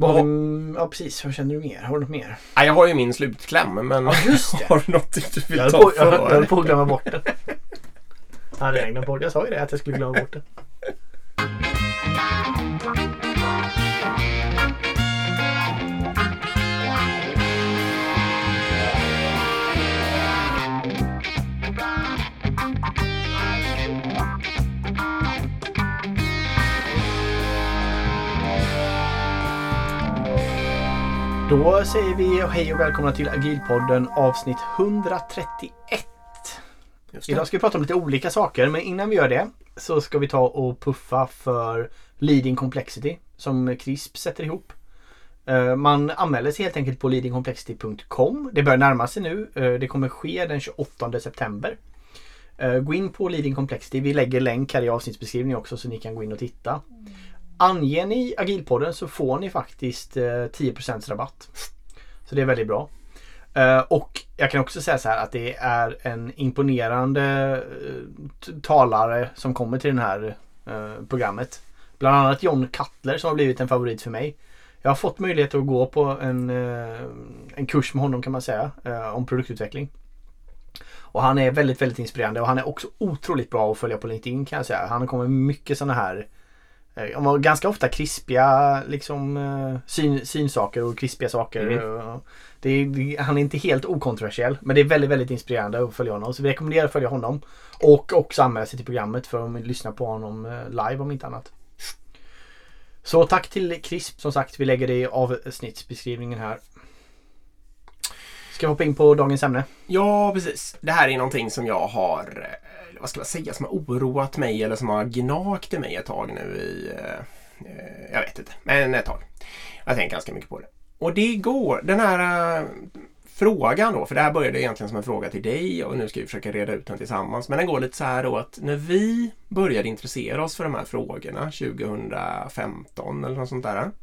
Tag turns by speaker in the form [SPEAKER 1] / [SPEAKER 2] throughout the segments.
[SPEAKER 1] Ja, precis. Vad känner du mer? Har du något mer?
[SPEAKER 2] Ja, jag har ju min slutkläm, men
[SPEAKER 1] just det.
[SPEAKER 2] har du något du vill
[SPEAKER 1] Jag
[SPEAKER 2] ta för?
[SPEAKER 1] Jag höll på att glömma bort det. Jag sa ju det, att jag skulle glömma bort det. Då säger vi hej och välkomna till Agilpodden avsnitt 131. Idag ska vi prata om lite olika saker, men innan vi gör det så ska vi ta och puffa för Leading Complexity som CRISP sätter ihop. Man anmäler sig helt enkelt på leadingcomplexity.com. Det börjar närma sig nu. Det kommer ske den 28 september. Gå in på Leading Complexity. Vi lägger länk här i avsnittsbeskrivningen också så ni kan gå in och titta. Anger ni Agilpodden så får ni faktiskt 10% rabatt. Så det är väldigt bra. Och jag kan också säga så här att det är en imponerande talare som kommer till det här programmet. Bland annat John Cutler som har blivit en favorit för mig. Jag har fått möjlighet att gå på en kurs med honom kan man säga om produktutveckling. Och han är väldigt, väldigt inspirerande och han är också otroligt bra att följa på LinkedIn kan jag säga. Han kommer mycket sådana här ganska ofta krispiga liksom, synsaker och krispiga saker. Han är inte helt okontroversiell, men det är väldigt, väldigt inspirerande att följa honom. Så vi rekommenderar att följa honom och också anmäla sig till programmet för att lyssna på honom live om inte annat. Så tack till CRISP, som sagt, vi lägger det i avsnittsbeskrivningen här. Ska vi hoppa in på dagens ämne?
[SPEAKER 2] Ja, precis. Det här är någonting som jag har, vad ska jag säga, som har oroat mig eller som har gnagt i mig ett tag nu i, jag vet inte, men ett tag. Jag tänker ganska mycket på det. Och det går, den här frågan då, för det här började egentligen som en fråga till dig och nu ska vi försöka reda ut den tillsammans. Men den går lite så här då att när vi började intressera oss för de här frågorna 2015 eller något sånt där.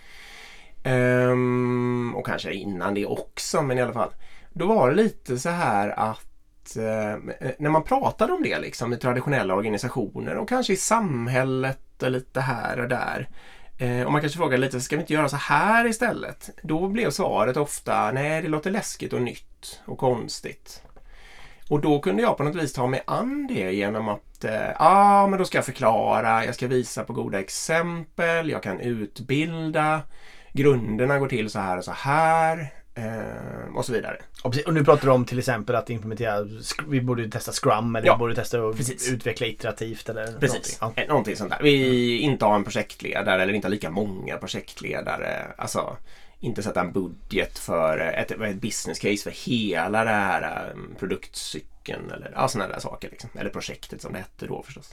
[SPEAKER 2] Och kanske innan det också, men i alla fall. Då var det lite så här att när man pratade om det liksom i traditionella organisationer och kanske i samhället och lite här och där. Och man kanske frågar lite, ska vi inte göra så här istället? Då blev svaret ofta, nej det låter läskigt och nytt och konstigt. Och då kunde jag på något vis ta mig an det genom att, men då ska jag förklara, jag ska visa på goda exempel, jag kan utbilda, grunderna går till så här och så här. Och så vidare.
[SPEAKER 1] Och nu pratar du om till exempel att implementera, vi borde testa Scrum eller vi borde testa att utveckla iterativt eller
[SPEAKER 2] precis.
[SPEAKER 1] Någonting.
[SPEAKER 2] Ja. Någonting sånt där. Vi inte har en projektledare eller inte har lika många projektledare. Alltså inte sätta en budget för ett business case för hela det här produktcykeln eller sådana där saker liksom. Eller projektet som det hette då förstås.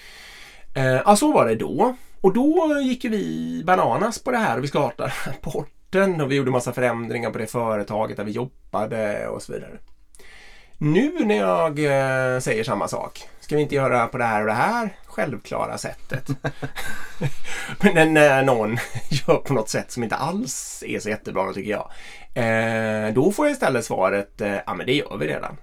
[SPEAKER 2] Så var det då. Och då gick vi bananas på det här och vi startade rapporten och vi gjorde massa förändringar på det företaget där vi jobbade och så vidare. Nu när jag säger samma sak, ska vi inte göra på det här självklara sättet? Men när någon gör på något sätt som inte alls är så jättebra tycker jag, då får jag istället svaret, men det gör vi redan.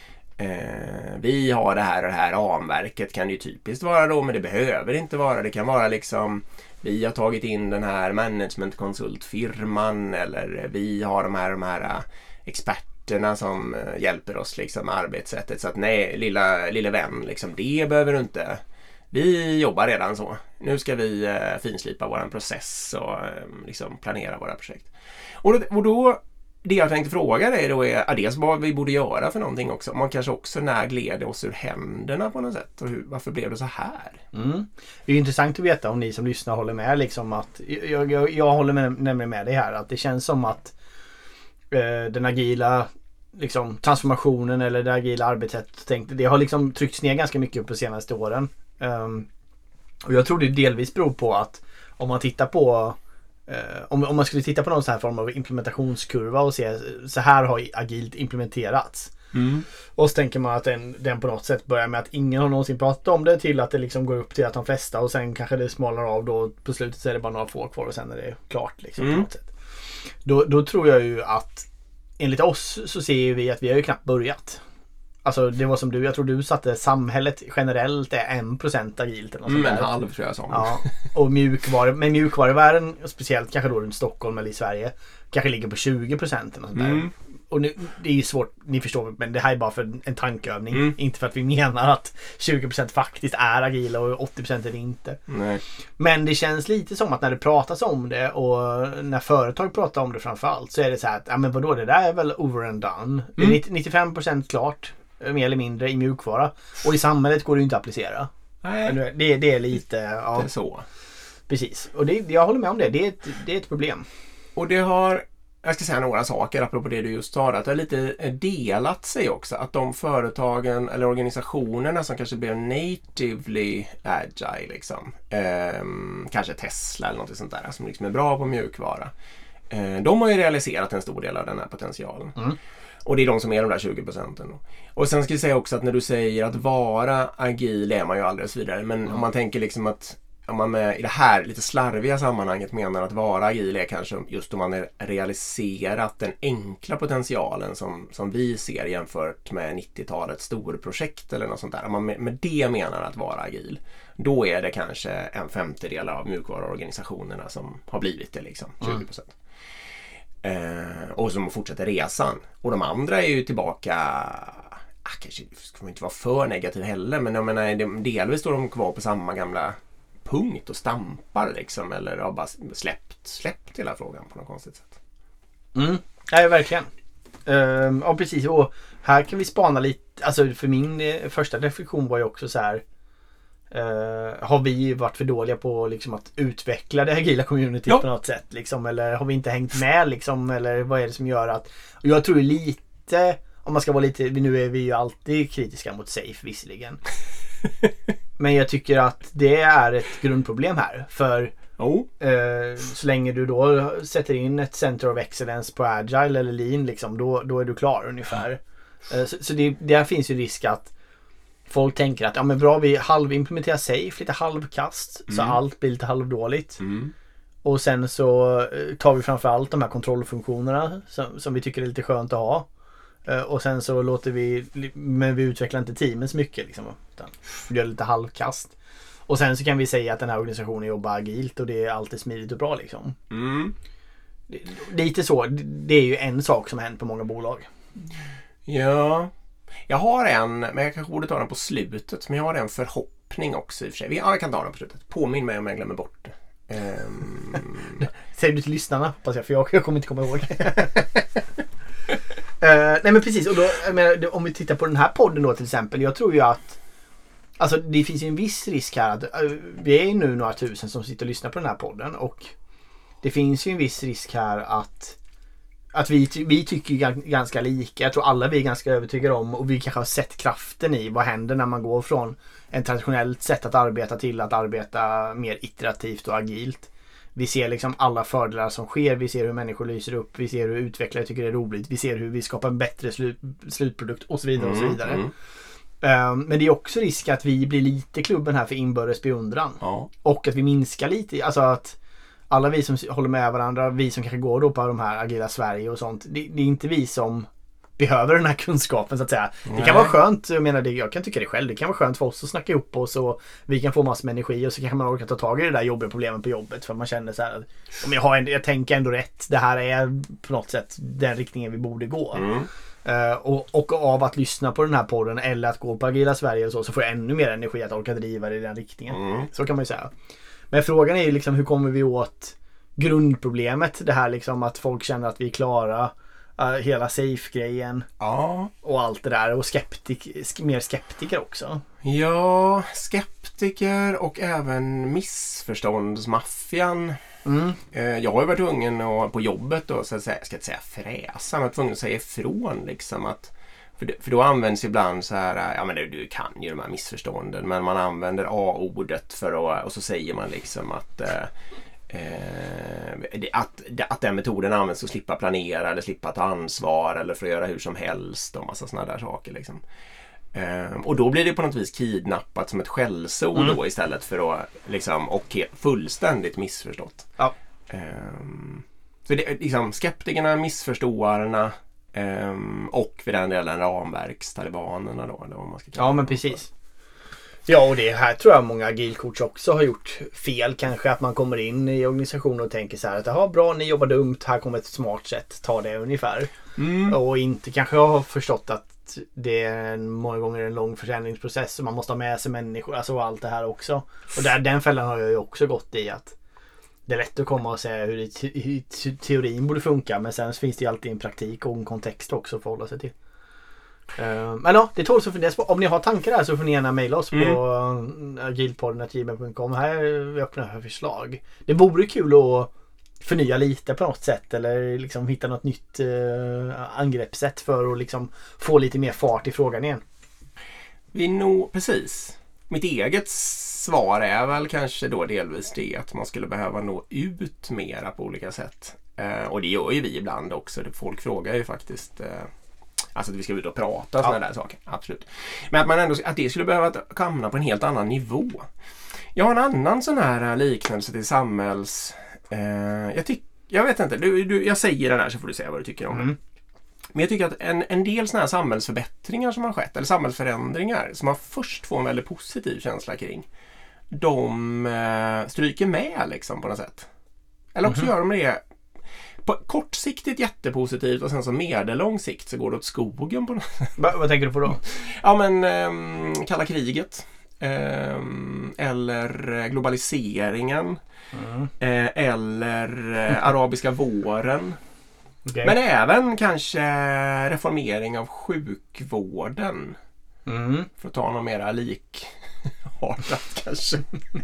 [SPEAKER 2] Vi har det här och det här ramverket kan det ju typiskt vara då, men det behöver inte vara. Det kan vara liksom, vi har tagit in den här managementkonsultfirman eller vi har de här experterna som hjälper oss liksom med arbetssättet. Så att nej, lilla vän, liksom, det behöver du inte. Vi jobbar redan så. Nu ska vi finslipa våran process och liksom planera våra projekt. Och då det jag tänkte fråga dig då är dels vad vi borde göra för någonting också. Man kanske också när gled oss ur händerna på något sätt. Och varför blev det så här?
[SPEAKER 1] Det är intressant att veta om ni som lyssnar håller med. Liksom att, jag håller nämligen med dig här. Att det känns som att den agila liksom, transformationen eller det agila arbetssättet det har liksom tryckts ner ganska mycket på de senaste åren. Och jag tror det delvis beror på att om man tittar på om man skulle titta på någon sån här form av implementationskurva och se så här har agilt implementerats. Och så tänker man att den på något sätt börjar med att ingen har någonsin pratat om det till att det liksom går upp till att de flesta och sen kanske det smalnar av då på slutet så är det bara några få kvar och sen är det klart liksom, på något sätt. Då tror jag ju att enligt oss så ser vi att vi har ju knappt börjat. Alltså det var som jag tror du satte samhället generellt är 1% agilt eller något sånt där.
[SPEAKER 2] En halv tror jag som.
[SPEAKER 1] Ja, och mjukvaruvärlden, speciellt kanske då runt Stockholm eller i Sverige, kanske ligger på 20% eller något sånt där. Och nu, det är ju svårt, ni förstår, men det här är bara för en tankeövning. Inte för att vi menar att 20% faktiskt är agila och 80% är det inte.
[SPEAKER 2] Nej.
[SPEAKER 1] Men det känns lite som att när det pratas om det och när företag pratar om det framförallt, så är det så här att, ja men vadå, det där är väl over and done. Det är 95% klart, mer eller mindre, i mjukvara. Och i samhället går det ju inte att applicera.
[SPEAKER 2] Nej.
[SPEAKER 1] Det är lite... Ja,
[SPEAKER 2] det är så.
[SPEAKER 1] Precis. Och jag håller med om det. Det är ett problem.
[SPEAKER 2] Och det har... Jag ska säga några saker apropå det du just sa. Att det har lite delat sig också. Att de företagen eller organisationerna som kanske blev natively agile liksom. Kanske Tesla eller något sånt där som liksom är bra på mjukvara. De har ju realiserat en stor del av den här potentialen. Och det är de som är de där 20%. Och sen ska jag säga också att när du säger att vara agil är man ju alldeles vidare. Men om man tänker liksom att om man med i det här lite slarviga sammanhanget menar att vara agil är kanske just om man har realiserat den enkla potentialen som vi ser jämfört med 90-talets storprojekt eller något sånt där. Om man med det menar att vara agil, då är det kanske 1/5 av mjukvaruorganisationerna som har blivit det liksom, 20%. Och som fortsätter resan. Och de andra är ju tillbaka, kanske ska man inte vara för negativ heller, men jag menar, delvis står de kvar på samma gamla punkt och stampar liksom, eller har bara släppt hela frågan på något konstigt sätt.
[SPEAKER 1] Ja, verkligen. Ja, precis. Och här kan vi spana lite, alltså för min första reflektion var ju också så här, har vi varit för dåliga på liksom att utveckla det agila communityt på något sätt liksom, eller har vi inte hängt med liksom, eller vad är det som gör att, och jag tror lite, om man ska vara lite, nu är vi ju alltid kritiska mot SAFe visserligen. Men jag tycker att det är ett grundproblem här. För så länge du då sätter in ett center of excellence på agile eller lean liksom, då är du klar ungefär. Så där finns ju risk att folk tänker att ja men bra, vi halvimplementerar SAFe, lite halvkast, så allt blir lite halvdåligt. Och sen så tar vi framförallt de här kontrollfunktionerna som vi tycker är lite skönt att ha. Och sen så låter men vi utvecklar inte teamen så mycket liksom, utan vi gör lite halvkast. Och sen så kan vi säga att den här organisationen jobbar agilt och det är alltid smidigt och bra liksom. Lite så, det är ju en sak som har hänt på många bolag.
[SPEAKER 2] Ja, jag har en, men jag kanske borde ta den på slutet, men jag har en förhoppning också i och för sig. Ja, jag kan ta den på slutet. Påminn mig om jag glömmer bort det.
[SPEAKER 1] Säger du till lyssnarna, hoppas jag, för jag kommer inte komma ihåg. Nej men precis, och då, jag menar, om vi tittar på den här podden då till exempel, jag tror ju att alltså det finns ju en viss risk här att vi är nu några tusen som sitter och lyssnar på den här podden, och det finns ju en viss risk här att vi tycker ganska lika. Jag tror alla vi är ganska övertygade om, och vi kanske har sett kraften i vad händer när man går från en traditionellt sätt att arbeta till att arbeta mer iterativt och agilt. Vi ser liksom alla fördelar som sker. Vi ser hur människor lyser upp. Vi ser hur utvecklare tycker det är roligt. Vi ser hur vi skapar en bättre slutprodukt och så vidare och så vidare. Men det är också risk att vi blir lite klubben här för inbördes beundran. Och att vi minskar lite. Alltså att alla vi som håller med varandra, vi som kanske går då på de här agila Sverige och sånt, det är inte vi som behöver den här kunskapen så att säga. Det kan vara skönt, jag kan tycka det själv, det kan vara skönt för oss att snacka ihop oss och vi kan få massor med energi, och så kanske man orkar ta tag i det där jobbiga problemen på jobbet, för man känner så här att jag tänker ändå rätt, det här är på något sätt den riktningen vi borde gå. Och av att lyssna på den här podden eller att gå på agila Sverige och så får jag ännu mer energi att orka driva det i den riktningen. Så kan man ju säga. Men frågan är ju liksom, hur kommer vi åt grundproblemet, det här liksom att folk känner att vi är klara, hela SAFe-grejen och allt det där, och mer skeptiker också. Ja, skeptiker och även missförståndsmaffian. Jag har ju varit tvungen på jobbet och så att säga, jag ska inte säga fräsa, men tvungen att säga ifrån liksom att för då används ibland så här, ja men du kan ju de här missförstånden, men man använder A-ordet för att, och så säger man liksom att den metoden används för att slippa planera eller slippa ta ansvar eller för att göra hur som helst och massa såna där saker liksom. Och då blir det på något vis kidnappat som ett skällsord då, istället för att liksom, och fullständigt missförstått. Så det, liksom, skeptikerna, missförståarna,
[SPEAKER 2] Och vid den delen ramverkstalibanerna då. Eller vad man ska kalla
[SPEAKER 1] Ja, men precis. Ja, och det här tror jag många agilcoach också har gjort fel. Kanske att man kommer in i organisationen och tänker så här att ja, bra, ni jobbar dumt, här kommer ett smart sätt, ta det ungefär. Och inte kanske har förstått att det är många gånger en lång förändringsprocess och man måste ha med sig människor, alltså allt det här också. Och den fällan har jag ju också gått i, att det är lätt att komma och säga hur teorin borde funka, men sen finns det ju alltid en praktik och en kontext också att förhålla sig till. Men ja, det tåls att funderas på. Om ni har tankar där så får ni gärna mejla oss på agilpodden@gmail.com. Här är vi öppna för förslag. Det vore kul att förnya lite på något sätt, eller liksom hitta något nytt angreppssätt för att liksom få lite mer fart i frågan igen.
[SPEAKER 2] Precis. Mitt eget svar är väl kanske då delvis det att man skulle behöva nå ut mera på olika sätt. Och det gör ju vi ibland också. Folk frågar ju faktiskt alltså att vi ska ut och prata och sådana där saker. Absolut. Men att man ändå, att det skulle behöva hamna på en helt annan nivå. Jag har en annan sån här liknelse till jag vet inte, jag säger den här så får du säga vad du tycker om det. Men jag tycker att en del såna här samhällsförbättringar som har skett, eller samhällsförändringar som man först får en väldigt positiv känsla kring, de stryker med liksom på något sätt. Eller också gör de det på kortsiktigt jättepositivt och sen så medellång sikt så går det åt skogen på något sätt.
[SPEAKER 1] Vad tänker du på då?
[SPEAKER 2] Ja, men kalla kriget. Eller globaliseringen. Eller arabiska våren. Okay. Men även kanske reformering av sjukvården. För att ta något mera likartat kanske.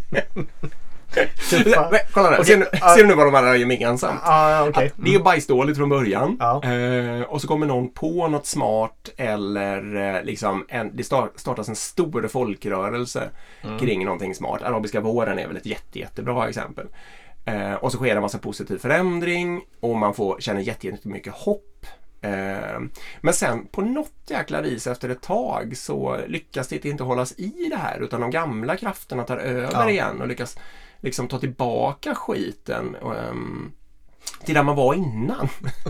[SPEAKER 2] Kolla där, okay. Ser du nu vad de här har gemensamt?
[SPEAKER 1] Okay.
[SPEAKER 2] Det är bajsdåligt från början. Och så kommer någon på något smart, eller liksom det startas en stor folkrörelse kring någonting smart. Arabiska våren är väl ett jättebra exempel. Och så sker en massa positiv förändring och man känner jättemycket hopp. Men sen på något jäkla vis efter ett tag så lyckas det inte hållas i det här, utan de gamla krafterna tar över igen och lyckas liksom ta tillbaka skiten till där man var innan.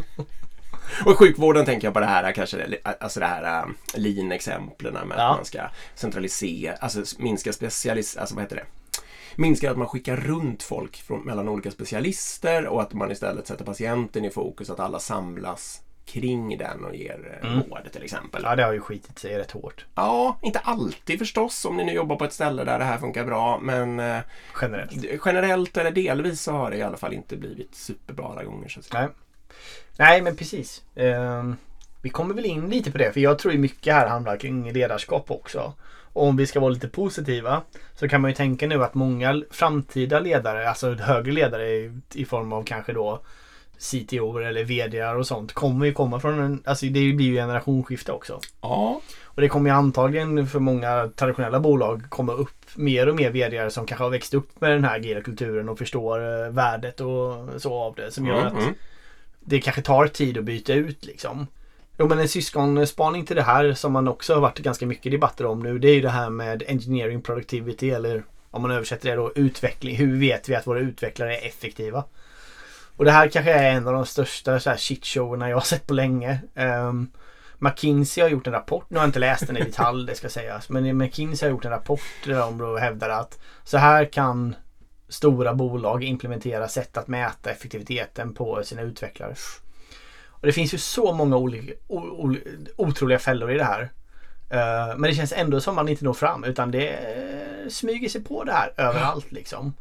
[SPEAKER 2] Och sjukvården tänker jag på det här kanske, alltså det här lean-exemplen med att man ska centralisera, alltså minska minskar att man skickar runt folk mellan olika specialister och att man istället sätter patienten i fokus, att alla samlas kring den och ger vård till exempel.
[SPEAKER 1] Ja, det har ju skitit sig rätt hårt.
[SPEAKER 2] Ja, inte alltid förstås om ni nu jobbar på ett ställe där det här funkar bra, men generellt eller delvis så har det i alla fall inte blivit superbra alla gånger. Så
[SPEAKER 1] Nej, men precis. Vi kommer väl in lite på det, för jag tror ju mycket här handlar kring ledarskap också. Och om vi ska vara lite positiva så kan man ju tänka nu att många framtida ledare, alltså högre ledare i form av kanske då CTO eller vd:ar och sånt, kommer ju komma från alltså det blir ju generationsskifte också.
[SPEAKER 2] Ja.
[SPEAKER 1] Och det kommer ju antagligen för många traditionella bolag komma upp mer och mer vd:ar som kanske har växt upp med den här agila kulturen och förstår värdet och så av det, som gör att det kanske tar tid att byta ut liksom. Jo, men en syskonspaning till det här som man också har varit ganska mycket debatter om nu, det är ju det här med engineering productivity, eller om man översätter det då utveckling. Hur vet vi att våra utvecklare är effektiva? Och det här kanske är en av de största så här shitshowerna jag har sett på länge. McKinsey har gjort en rapport, nu har jag inte läst den i detalj, det ska sägas, men McKinsey har gjort en rapport där de hävdar att så här kan stora bolag implementera sätt att mäta effektiviteten på sina utvecklare. Och det finns ju så många otroliga fällor i det här. Men det känns ändå som man inte når fram, utan det smyger sig på det här överallt liksom.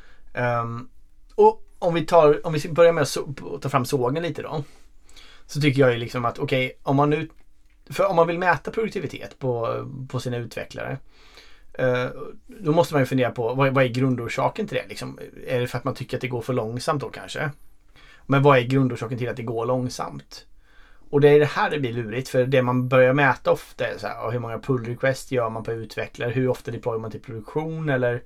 [SPEAKER 1] Och om vi börjar med att ta fram sågen lite då, så tycker jag ju liksom att okej, om man vill mäta produktivitet på sina utvecklare, då måste man ju fundera på vad är grundorsaken till det liksom. Är det för att man tycker att det går för långsamt då kanske? Men vad är grundorsaken till att det går långsamt? Och det är det här det blir lurigt, för det man börjar mäta ofta är så här, hur många pull request gör man på utvecklare, hur ofta deployar man till produktion, eller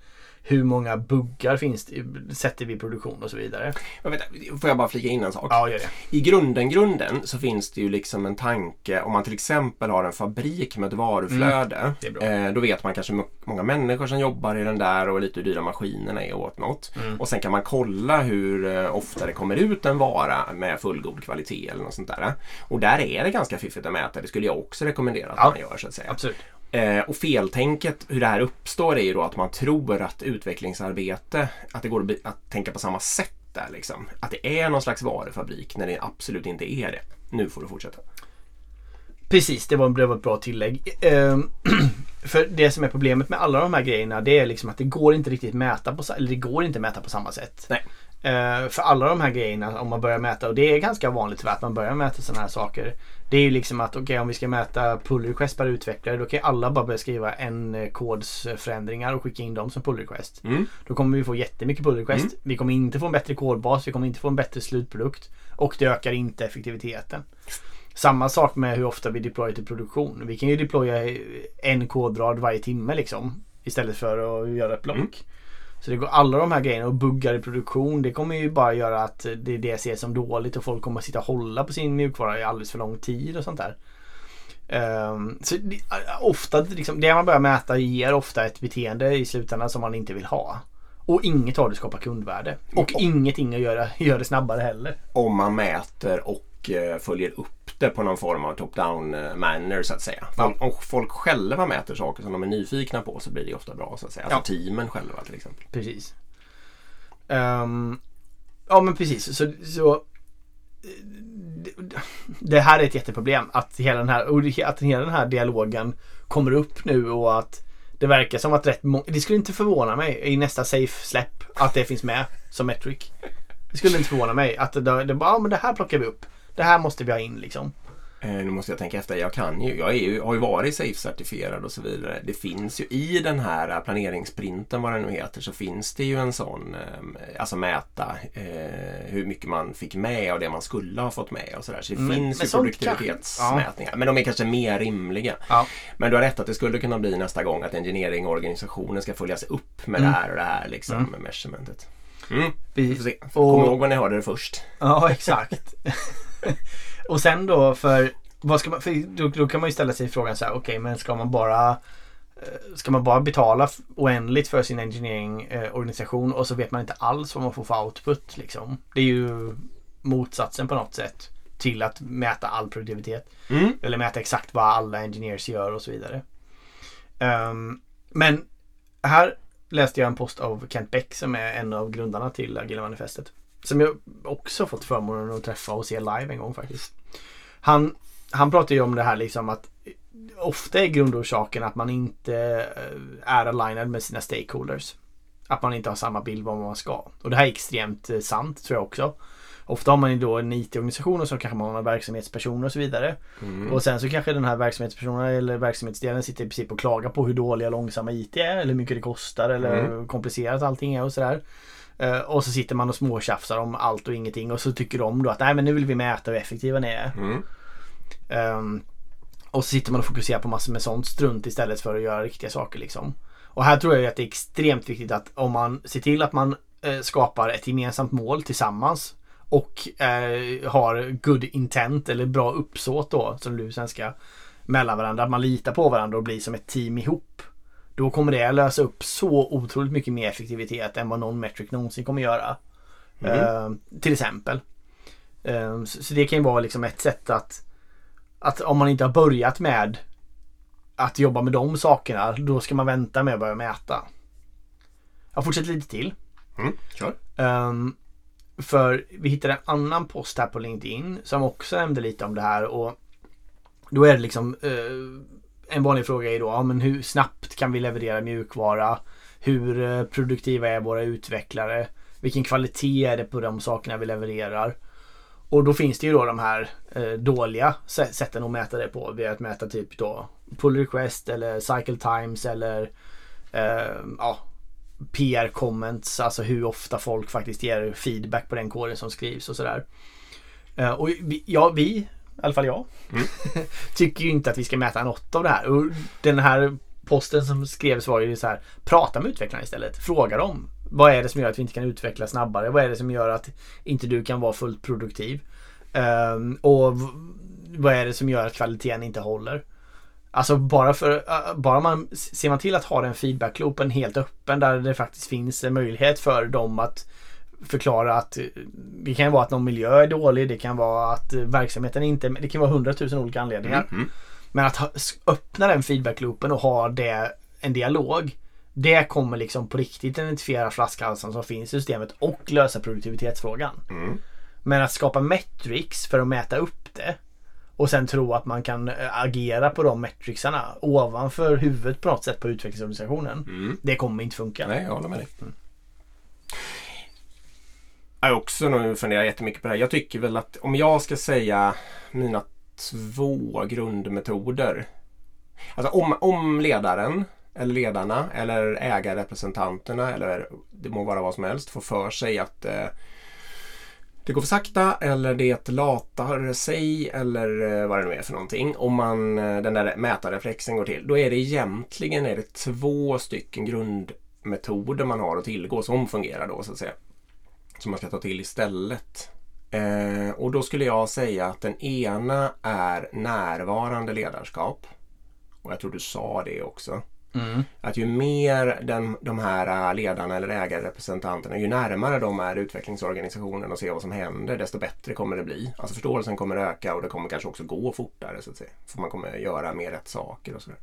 [SPEAKER 1] hur många buggar sätter vi i produktion och så vidare.
[SPEAKER 2] Får jag bara flika in en sak?
[SPEAKER 1] Ja, gör det.
[SPEAKER 2] I grunden så finns det ju liksom en tanke, om man till exempel har en fabrik med ett varuflöde, då vet man kanske många människor som jobbar i den där och lite hur dyra maskinerna är åt något. Och sen kan man kolla hur ofta det kommer ut en vara med fullgod kvalitet eller något sånt där. Och där är det ganska fiffigt att mäta. Det skulle jag också rekommendera att man gör, så att säga.
[SPEAKER 1] Absolut.
[SPEAKER 2] Och feltänket, hur det här uppstår, är ju då att man tror att utvecklingsarbete, att det går att tänka på samma sätt där liksom. Att det är någon slags varufabrik när det absolut inte är det. Nu får du fortsätta.
[SPEAKER 1] Precis, det var ett bra tillägg. För det som är problemet med alla de här grejerna, det är liksom att det går inte riktigt mäta på samma sätt.
[SPEAKER 2] Nej.
[SPEAKER 1] För alla de här grejerna, om man börjar mäta, och det är ganska vanligt för att man börjar mäta sådana här saker, det är ju liksom att om vi ska mäta pull request per utvecklare, då kan alla bara börja skriva en kodsförändringar och skicka in dem som pull request. Då kommer vi få jättemycket pull request. Vi kommer inte få en bättre kodbas, vi kommer inte få en bättre slutprodukt, och det ökar inte effektiviteten. Samma sak med hur ofta vi deployar till produktion. Vi kan ju deploya en kodrad varje timme liksom, istället för att göra ett block. Så det går, alla de här grejerna och buggar i produktion, det kommer ju bara göra att det ses som dåligt och folk kommer att sitta och hålla på sin mjukvara i alldeles för lång tid och sånt där. Så ofta liksom, det man börjar mäta ger ofta ett beteende i slutändan som man inte vill ha. Och inget av det skapar kundvärde. Och ingenting att göra det snabbare heller.
[SPEAKER 2] Om man mäter och följer upp det på någon form av top-down manner, så att säga. Om folk själva mäter saker som de är nyfikna på, så blir det ofta bra, så att säga. Alltså teamen själva till exempel.
[SPEAKER 1] Precis. Ja, men precis. Så det här är ett jätteproblem, att hela den här dialogen kommer upp nu, och att det verkar som att det skulle inte förvåna mig i nästa safe-släpp att det finns med som metric. Det skulle inte förvåna mig att det bara, men det här plockar vi upp. Det här måste vi ha in liksom.
[SPEAKER 2] Nu måste jag tänka efter. Jag har ju varit safe-certifierad och så vidare. Det finns ju i den här planeringsprinten, vad det nu heter, så finns det ju en sån, alltså mäta hur mycket man fick med och det man skulle ha fått med och sådär. Så det finns ju produktivitetsmätningar. Men de är kanske mer rimliga. Ja. Men du har rätt att det skulle kunna bli nästa gång att engineering-organisationen ska följas upp med det här och det här liksom, med measurementet. Vi får se. Kom ihåg vad ni hörde det först.
[SPEAKER 1] Ja, exakt. Och sen då, då kan man ju ställa sig frågan så här: okej, men ska man bara betala oändligt för sin engineering-organisation och så vet man inte alls vad man får för output liksom. Det är ju motsatsen på något sätt till att mäta all produktivitet. Eller mäta exakt vad alla engineers gör och så vidare. Men här läste jag en post av Kent Beck, som är en av grundarna till Agila manifestet, som jag också fått förmånen att träffa och se live en gång faktiskt. Han pratar ju om det här liksom, att ofta är grundorsaken att man inte är aligned med sina stakeholders. Att man inte har samma bild vad man ska. Och det här är extremt sant, tror jag också. Ofta har man ju då en IT-organisation och så kanske man har verksamhetspersoner och så vidare. Och sen så kanske den här verksamhetspersonen eller verksamhetsdelen sitter i princip och klagar på hur dåliga och långsamma IT är, eller hur mycket det kostar, eller hur komplicerat allting är och sådär. Och så sitter man och småtjafsar om allt och ingenting, och så tycker de då att nej, men nu vill vi mäta hur effektiva ni är. Och så sitter man och fokuserar på massor med sånt strunt istället för att göra riktiga saker liksom. Och här tror jag att det är extremt viktigt att om man ser till att man skapar ett gemensamt mål tillsammans och har good intent eller bra uppsåt då, som du sen ska mellan varandra, att man litar på varandra och blir som ett team ihop, då kommer det lösa upp så otroligt mycket mer effektivitet än vad någon metric någonsin kommer göra. Till exempel. Så det kan ju vara liksom ett sätt att om man inte har börjat med att jobba med de sakerna, då ska man vänta med att börja mäta. Jag fortsätter lite till.
[SPEAKER 2] Kör.
[SPEAKER 1] För vi hittade en annan post här på LinkedIn som också nämnde lite om det här, och då är det liksom en vanlig fråga är då, men hur snabbt kan vi leverera mjukvara? Hur produktiva är våra utvecklare? Vilken kvalitet är det på de sakerna vi levererar? Och då finns det ju då de här dåliga sätten att mäta det på. Vi har att mäta typ då pull request eller cycle times eller PR comments, alltså hur ofta folk faktiskt ger feedback på den koden som skrivs och sådär. Och vi i alla fall jag tycker ju inte att vi ska mäta något av det här. Och den här posten som skrevs var ju så här: prata med utvecklarna istället. Fråga dem. Vad är det som gör att vi inte kan utveckla snabbare? Vad är det som gör att inte du kan vara fullt produktiv? Och vad är det som gör att kvaliteten inte håller? Alltså ser man till att ha den feedback-loopen helt öppen där det faktiskt finns en möjlighet för dem att förklara att det kan vara att någon miljö är dålig, det kan vara att verksamheten inte, det kan vara 100 000 olika anledningar. Men att öppna den feedback-loopen och ha en dialog, det kommer liksom på riktigt identifiera flaskhalsen som finns i systemet och lösa produktivitetsfrågan. Men att skapa metrics för att mäta upp det och sen tro att man kan agera på de metricsarna ovanför huvudet på något sätt på utvecklingsorganisationen, det kommer inte funka.
[SPEAKER 2] Nej, jag håller med dig. Jag också nu funderar jättemycket på det här. Jag tycker väl att om jag ska säga mina 2 grundmetoder, alltså om ledaren eller ledarna eller ägarrepresentanterna eller det må vara vad som helst får för sig att det går för sakta eller det latar sig eller vad det nu är för någonting, om den där mätarreflexen går till, då är det egentligen 2 stycken grundmetoder man har att tillgå som fungerar då så att säga, som man ska ta till istället. Och då skulle jag säga att den ena är närvarande ledarskap. Och jag tror du sa det också. Att ju mer de här ledarna eller ägarrepresentanterna, ju närmare de är utvecklingsorganisationen och ser vad som händer, desto bättre kommer det bli. Alltså förståelsen kommer öka och det kommer kanske också gå fortare så att säga. För man kommer göra mer rätt saker och sådär.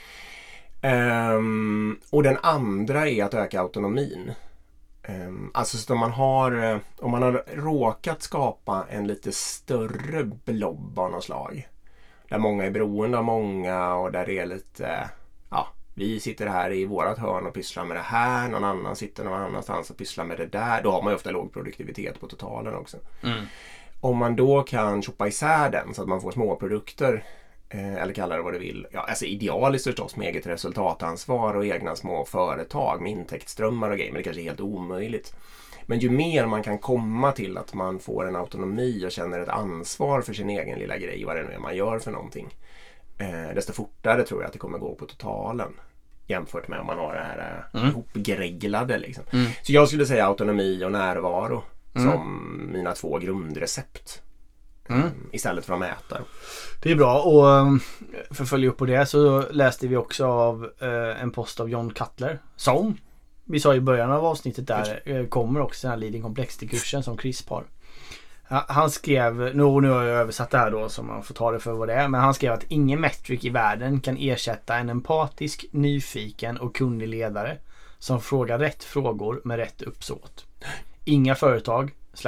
[SPEAKER 2] Och den andra är att öka autonomin. Alltså så om man har råkat skapa en lite större blob av något slag, där många är beroende av många och där det är lite, vi sitter här i vårat hörn och pysslar med det här, någon annan sitter någon annanstans och pysslar med det där, då har man ju ofta låg produktivitet på totalen också. Om man då kan choppa isär den så att man får små produkter, eller kalla det vad du vill. Ja, alltså idealiskt förstås med eget resultatansvar och egna små företag med intäktsströmmar och grejer, men det kanske är helt omöjligt. Men ju mer man kan komma till att man får en autonomi och känner ett ansvar för sin egen lilla grej, vad det nu är man gör för någonting, desto fortare tror jag att det kommer gå på totalen jämfört med om man har det här ihopgreglade liksom. Så jag skulle säga autonomi och närvaro som mina 2 grundrecept. Istället för att mäta.
[SPEAKER 1] Det är bra, och för att följa upp på det så läste vi också av en post av John Cutler som vi sa i början av avsnittet där kommer också den här Leading Complexity-kursen som Chris har. Han skrev, nu har jag översatt det här då så man får ta det för vad det är, men han skrev att ingen metric i världen kan ersätta en empatisk, nyfiken och kunnig ledare som frågar rätt frågor med rätt uppsåt. Många företag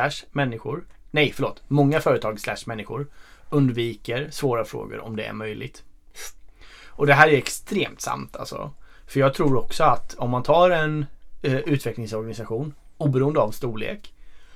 [SPEAKER 1] människor undviker svåra frågor om det är möjligt. Och det här är extremt sant alltså. För jag tror också att om man tar en utvecklingsorganisation oberoende av storlek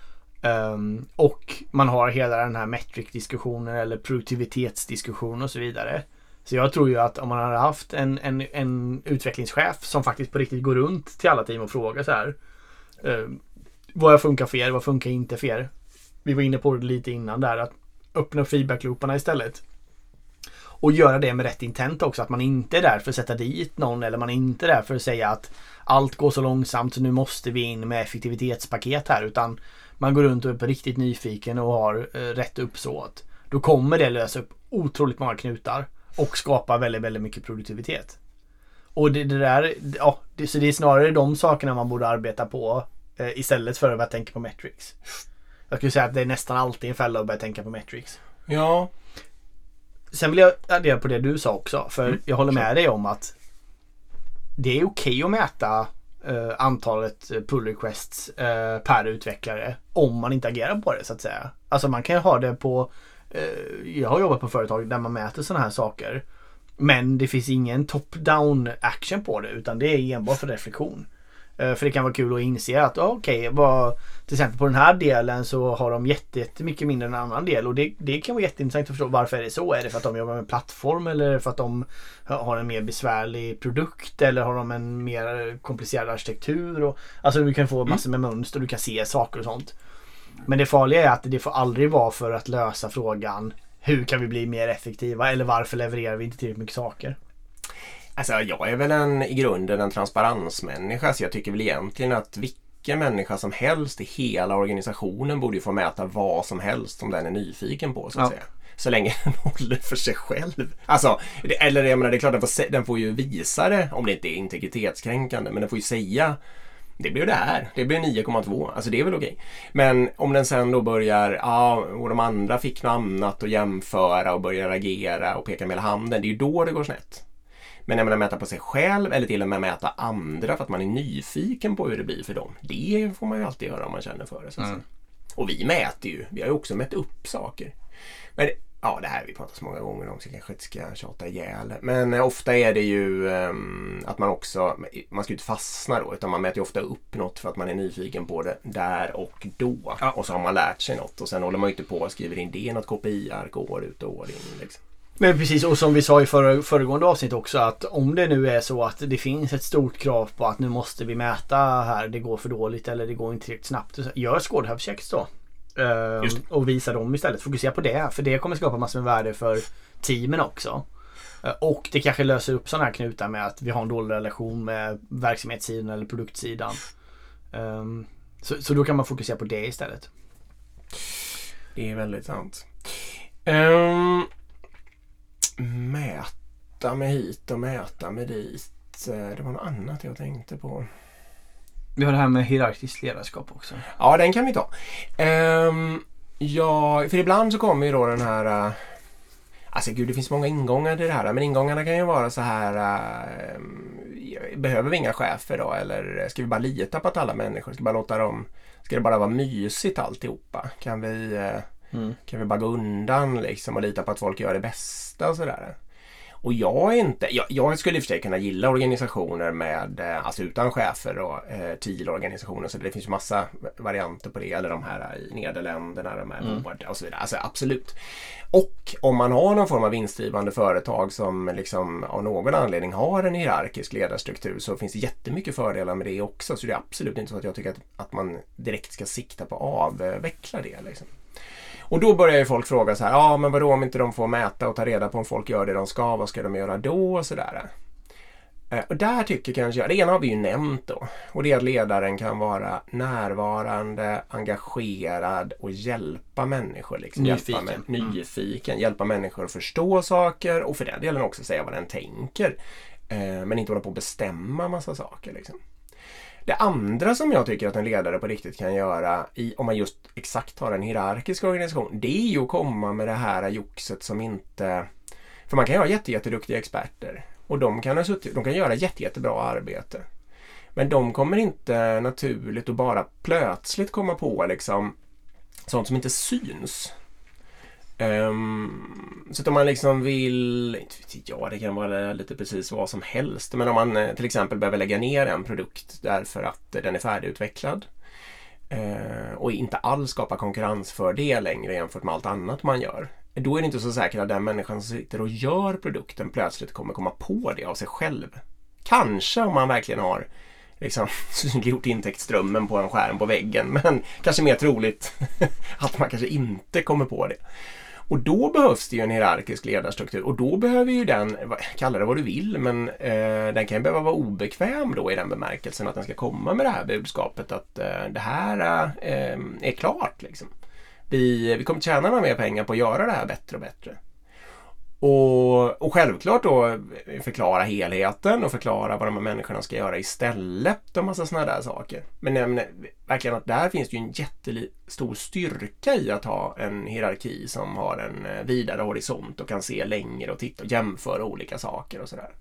[SPEAKER 1] och man har hela den här metric-diskussionen eller produktivitetsdiskussionen och så vidare. Så jag tror ju att om man hade haft en utvecklingschef som faktiskt på riktigt går runt till alla team och frågar så här, vad funkar för er, vad funkar inte för er? Vi var inne på det lite innan där, att öppna feedback-looparna istället. Och göra det med rätt intent också, att man inte är där för att sätta dit någon, eller man är inte där för att säga att allt går så långsamt så nu måste vi in med effektivitetspaket här, utan man går runt och är på riktigt nyfiken och har rätt uppsåt. Då kommer det lösa upp otroligt många knutar och skapa väldigt, väldigt mycket produktivitet. Och så det är snarare de sakerna man borde arbeta på istället för att börja tänka på metrics. Jag skulle säga att det är nästan alltid en fälla att börja tänka på metrics.
[SPEAKER 2] Ja.
[SPEAKER 1] Sen vill jag addera på det du sa också, för jag håller med dig om att det är okej att mäta antalet pull requests per utvecklare om man inte agerar på det så att säga. Alltså man kan ju ha det på jag har jobbat på företag där man mäter sådana här saker, men det finns ingen top-down action på det, utan det är enbart för reflektion. För det kan vara kul att inse att till exempel på den här delen så har de jättemycket mindre än en annan del, och det kan vara jätteintressant att förstå varför är det så. Är det för att de jobbar med en plattform, eller för att de har en mer besvärlig produkt, eller har de en mer komplicerad arkitektur? Och, alltså du kan få massor med mönster, du kan se saker och sånt. Men det farliga är att det får aldrig vara för att lösa frågan hur kan vi bli mer effektiva, eller varför levererar vi inte tillräckligt mycket saker.
[SPEAKER 2] Alltså jag är väl i grunden en transparensmänniska, så jag tycker väl egentligen att vilken människa som helst i hela organisationen borde ju få mäta vad som helst som den är nyfiken på, så att säga. Så länge den håller för sig själv. Alltså, eller jag menar, det är klart den får ju visa det om det inte är integritetskränkande, men den får ju säga det blir det här, det blir 9,2, alltså det är väl okej. Men om den sen då börjar, och de andra fick något annat att jämföra och börjar agera och peka med hela handen, det är ju då det går snett. Men när man mäter på sig själv eller till och med mäta andra för att man är nyfiken på hur det blir för dem, det får man ju alltid göra om man känner för det. Så. Och vi mäter ju, vi har ju också mätt upp saker. Men det här har vi pratat så många gånger om, så jag kanske inte ska tjata ihjäl. Men ofta är det ju att man ska ju inte fastna då, utan man mäter ju ofta upp något för att man är nyfiken på det där och då. Ja. Och så har man lärt sig något och sen håller man ju inte på och skriver in det i något KPI-ark år ut och år in liksom.
[SPEAKER 1] Men precis, och som vi sa i föregående avsnitt också, att om det nu är så att det finns ett stort krav på att nu måste vi mäta här, det går för dåligt eller det går inte riktigt snabbt, gör skådhävchecks då. Och visa dem istället, fokusera på det, för det kommer skapa massor med värde för teamen också. Och det kanske löser upp sådana här knutar med att vi har en dålig relation med verksamhetssidan eller produktsidan. Så då kan man fokusera på det istället.
[SPEAKER 2] Det är väldigt sant. Mäta mig hit och mäta mig dit. Det var något annat jag tänkte på.
[SPEAKER 1] Vi har det här med hierarkiskt ledarskap också.
[SPEAKER 2] Ja, den kan vi ta. För ibland så kommer ju då den här... Alltså gud, det finns många ingångar till det här. Men ingångarna kan ju vara så här... behöver vi inga chefer då? Eller ska vi bara lita på att alla människor ska bara låta dem... Ska det bara vara mysigt alltihopa? Kan vi bara gå undan liksom och lita på att folk gör det bästa och sådär? Och jag skulle i och för sig kunna gilla organisationer med, alltså utan chefer och TIL-organisationer, så det finns ju massa varianter på det, eller de här i Nederländerna, de här board och så vidare, alltså absolut. Och om man har någon form av vinstdrivande företag som liksom av någon anledning har en hierarkisk ledarstruktur, så finns det jättemycket fördelar med det också, så det är absolut inte så att jag tycker att man direkt ska sikta på att avveckla det liksom. Och då börjar ju folk fråga så här, men vadå om inte de får mäta och ta reda på om folk gör det de ska, vad ska de göra då och sådär. Och där tycker kanske det ena har vi ju nämnt då, och det är att ledaren kan vara närvarande, engagerad och hjälpa människor liksom. Nyfiken, hjälpa människor att förstå saker och för den delen också säga vad den tänker, men inte hålla på att bestämma massa saker liksom. Det andra som jag tycker att en ledare på riktigt kan göra om man just exakt har en hierarkisk organisation, det är ju att komma med det här joxet som inte... För man kan ju ha jätteduktiga experter och de kan göra jättebra arbete. Men de kommer inte naturligt och bara plötsligt komma på liksom sånt som inte syns. Så att om man liksom vill, det kan vara lite precis vad som helst, men om man till exempel behöver lägga ner en produkt därför att den är färdigutvecklad och inte alls skapar konkurrensfördel längre jämfört med allt annat man gör, då är det inte så säkert att den människan som sitter och gör produkten plötsligt kommer komma på det av sig själv. Kanske om man verkligen har liksom synliggjort intäktsströmmen på en skärm på väggen, men kanske mer troligt att man kanske inte kommer på det. Och då behövs det ju en hierarkisk ledarstruktur, och då behöver ju den, kalla det vad du vill, men den kan ju behöva vara obekväm då i den bemärkelsen att den ska komma med det här budskapet att det här är klart liksom. Vi kommer tjäna några mer pengar på att göra det här bättre och bättre. Och självklart då förklara helheten och förklara vad de här människorna ska göra istället och massa sådana där saker. Men verkligen att där finns det ju en jättestor styrka i att ha en hierarki som har en vidare horisont och kan se längre och titta och jämföra olika saker och sådär.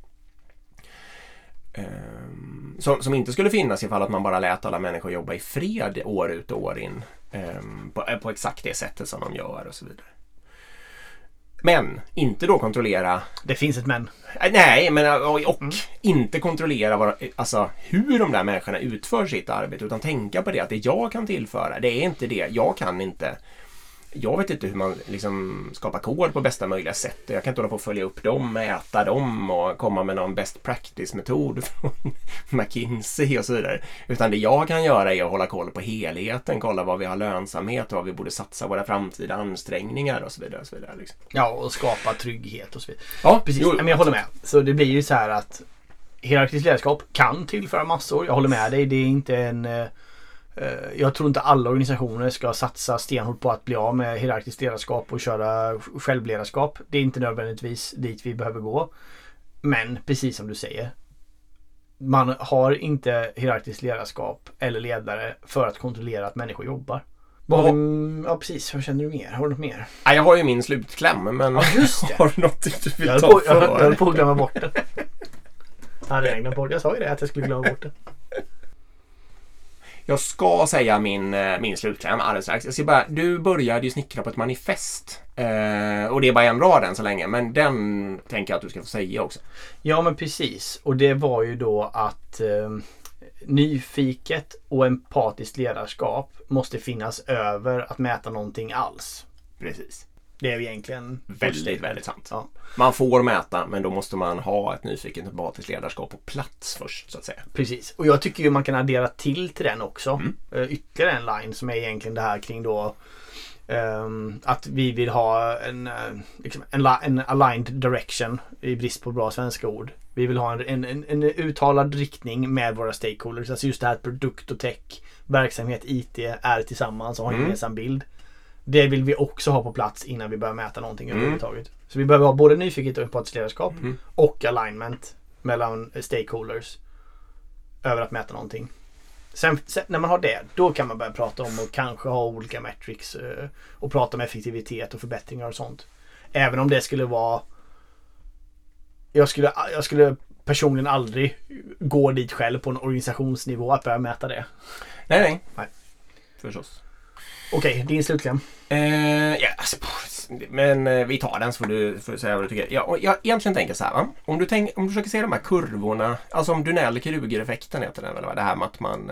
[SPEAKER 2] Som inte skulle finnas ifall att man bara lät alla människor jobba i fred år ut och år in på exakt det sättet som de gör och så vidare. Men inte då kontrollera...
[SPEAKER 1] Det finns ett men.
[SPEAKER 2] Nej, men och inte kontrollera hur de där människorna utför sitt arbete, utan tänka på det att det jag kan tillföra, det är inte det. Jag kan inte jag vet inte hur man liksom skapar kod på bästa möjliga sätt. Jag kan inte hålla på att följa upp dem, mäta dem och komma med någon best practice-metod från McKinsey och så vidare. Utan det jag kan göra är att hålla koll på helheten, kolla vad vi har lönsamhet och vad vi borde satsa våra framtida ansträngningar och så vidare. Och så vidare liksom.
[SPEAKER 1] Ja, och skapa trygghet och så vidare.
[SPEAKER 2] Ja,
[SPEAKER 1] precis. Men jag håller med. Så det blir ju så här att hierarkiskt ledarskap kan tillföra massor. Jag håller med dig. Det är inte en... Jag tror inte alla organisationer ska satsa stenhårt på att bli av med hierarkiskt ledarskap och köra självledarskap. Det är inte nödvändigtvis dit vi behöver gå. Men precis som du säger, man har inte hierarkiskt ledarskap eller ledare för att kontrollera att människor jobbar. Ja, precis. Vad känner du mer? Har du något mer?
[SPEAKER 2] Ja, jag har ju min slutkläm, men
[SPEAKER 1] ja, just det.
[SPEAKER 2] Har du något du vill
[SPEAKER 1] jag
[SPEAKER 2] ta
[SPEAKER 1] jag höll på att glömma bort det. Jag sa ju det att jag skulle glömma bort det.
[SPEAKER 2] Jag ska säga min slutkläm alldeles strax. Jag ska bara, du började ju snickra på ett manifest. Och det är bara en rad än så länge. Men den tänker jag att du ska få säga också.
[SPEAKER 1] Ja, men precis. Och det var ju då att nyfiket och empatiskt ledarskap måste finnas över att mäta någonting alls.
[SPEAKER 2] Precis.
[SPEAKER 1] Det är egentligen
[SPEAKER 2] väldigt sant.
[SPEAKER 1] Ja.
[SPEAKER 2] Man får mäta, men då måste man ha ett nyfiket empatiskt ledarskap på plats först, så att säga.
[SPEAKER 1] Precis. Och jag tycker ju man kan addera till den också. Ytterligare en line som är egentligen det här kring då att vi vill ha en aligned direction i brist på bra svenska ord. Vi vill ha en uttalad riktning med våra stakeholders. Alltså just det här att produkt och tech, verksamhet, IT är tillsammans och har en gemensam bild. Det vill vi också ha på plats innan vi börjar mäta någonting överhuvudtaget. Så vi behöver ha både nyfiket och empatiskt ledarskap och alignment mellan stakeholders över att mäta någonting. Sen när man har det, då kan man börja prata om och kanske ha olika metrics och prata om effektivitet och förbättringar och sånt. Även om det skulle vara... Jag skulle personligen aldrig gå dit själv på en organisationsnivå att börja mäta det.
[SPEAKER 2] Nej. Förstås.
[SPEAKER 1] Okej, din slutkläm.
[SPEAKER 2] Men vi tar den så får du säga vad du tycker. Jag egentligen tänker så här, va? Om du försöker se de här kurvorna, alltså om Dunell-Kruger-effekten heter den väl, det här med att man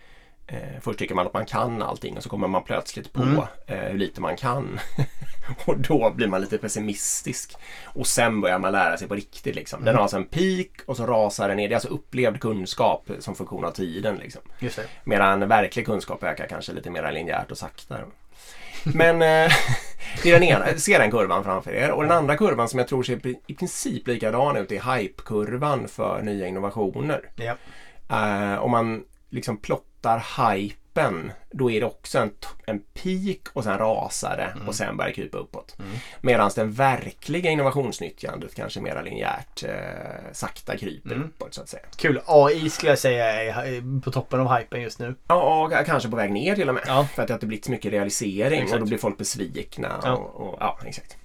[SPEAKER 2] först tycker man att man kan allting och så kommer man plötsligt på hur lite man kan och då blir man lite pessimistisk och sen börjar man lära sig på riktigt liksom. Den har alltså en peak och så rasar den ner. Det är alltså upplevd kunskap som funktion av tiden liksom. Just det. Medan verklig kunskap ökar kanske lite mer linjärt och sakta. Men det är den ena, ser den kurvan framför er. Och den andra kurvan som jag tror ser i princip likadan ut är hype-kurvan för nya innovationer. Ja. Om man liksom plottar hypen, då är det också en peak och sen rasar det och sen börjar krypa uppåt. Medan den verkliga innovationsnyttjandet kanske mer linjärt sakta kryper uppåt så att säga.
[SPEAKER 1] Kul. AI skulle jag säga är på toppen av hypen just nu.
[SPEAKER 2] Ja, kanske på väg ner till och med. Ja. För att det blir så mycket realisering exakt. Och då blir folk besvikna. Ja, exakt.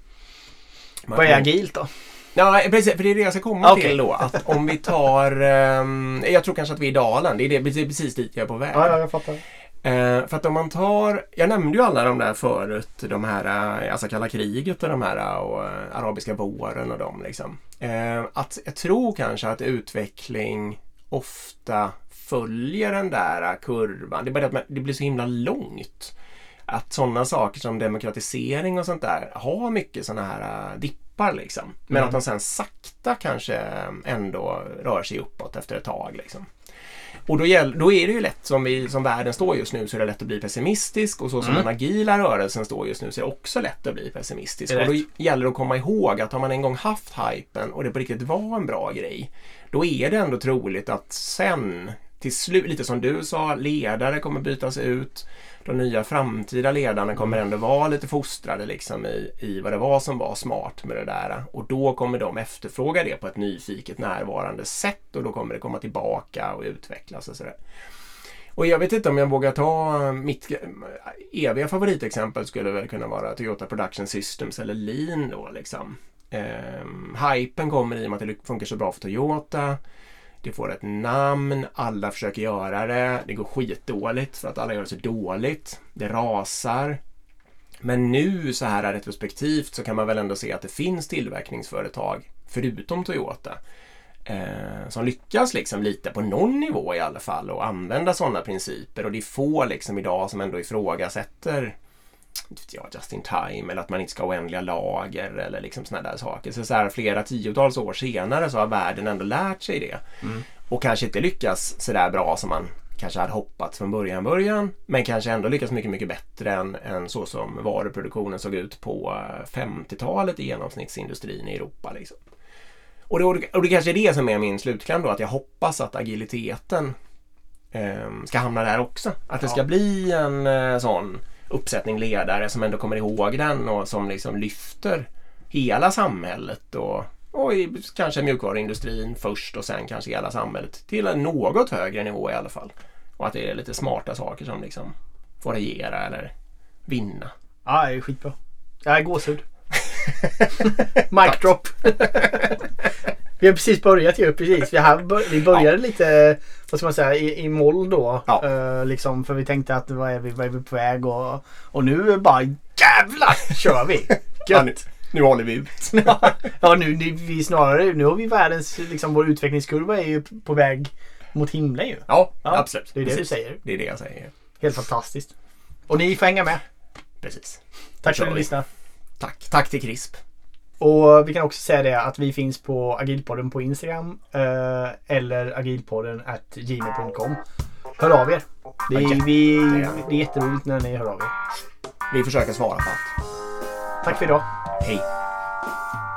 [SPEAKER 1] Vad är agilt då?
[SPEAKER 2] Ja, precis, för det är det jag ska komma till då. Att om vi tar... jag tror kanske att vi är i dalen. Det är precis dit jag är på väg.
[SPEAKER 1] Ja, jag fattar.
[SPEAKER 2] För att om man tar... Jag nämnde ju alla de där förut. De här, alltså kalla kriget och de här och arabiska våren och dem liksom. Att jag tror kanske att utveckling ofta följer den där kurvan. Det är bara att det blir så himla långt. Att sådana saker som demokratisering och sånt där har mycket sådana här dippar liksom. Men att de sen sakta kanske ändå rör sig uppåt efter ett tag liksom. Och då är det ju lätt, som världen står just nu så är det lätt att bli pessimistisk och så som den agila rörelsen står just nu så är det också lätt att bli pessimistisk. Och då gäller det att komma ihåg att har man en gång haft hypen och det på riktigt var en bra grej, då är det ändå troligt att sen till slut, lite som du sa, ledare kommer bytas ut. De nya framtida ledarna kommer ändå vara lite fostrade liksom i vad det var som var smart med det där. Och då kommer de efterfråga det på ett nyfiket närvarande sätt och då kommer det komma tillbaka och utvecklas och sådär. Och jag vet inte om jag vågar ta mitt eviga favoritexempel skulle väl kunna vara Toyota Production Systems eller Lean då liksom. Hypen kommer i och med att det funkar så bra för Toyota. Det får ett namn, alla försöker göra det, det går skitdåligt för att alla gör det så dåligt, det rasar. Men nu så här retrospektivt så kan man väl ändå se att det finns tillverkningsföretag, förutom Toyota, som lyckas liksom lite på någon nivå i alla fall och använda sådana principer. Och det är få liksom idag som ändå ifrågasätter just in time, eller att man inte ska ha oändliga lager eller liksom såna där saker. Så här, flera tiotals år senare så har världen ändå lärt sig det. Och kanske inte lyckas så där bra som man kanske hade hoppats från början, men kanske ändå lyckas mycket, mycket bättre än så som varuproduktionen såg ut på 50-talet i genomsnittsindustrin i Europa. Liksom. Och det kanske är det som är min slutkläm då, att jag hoppas att agiliteten ska hamna där också. Att det ska bli en sån uppsättning ledare som ändå kommer ihåg den och som liksom lyfter hela samhället och kanske mjukvaruindustrin först och sen kanske hela samhället till en något högre nivå i alla fall. Och att det är lite smarta saker som liksom får regera eller vinna.
[SPEAKER 1] Ja, det är skitbra. Jag är gåshud. Mic drop. Vi har precis börjat ju, precis. Vi började lite, vad ska man säga, i moll då. Liksom, för vi tänkte att vad är vi på väg och nu är bara jävlar kör vi. Gött.
[SPEAKER 2] Nu håller vi ut.
[SPEAKER 1] Ja, nu har vi världens, liksom vår utvecklingskurva är ju på väg mot himlen ju.
[SPEAKER 2] Ja, absolut.
[SPEAKER 1] Det är det du säger.
[SPEAKER 2] Det är det jag säger.
[SPEAKER 1] Helt fantastiskt. Och ni får hänga med.
[SPEAKER 2] Precis.
[SPEAKER 1] Tack för att du lyssnade.
[SPEAKER 2] Tack till CRISP.
[SPEAKER 1] Och vi kan också säga det att vi finns på Agilpodden på Instagram eller agilpodden@gmail.com. Hör av er. Det är jätteroligt när ni hör av er.
[SPEAKER 2] Vi försöker svara på allt.
[SPEAKER 1] Tack för idag.
[SPEAKER 2] Hej.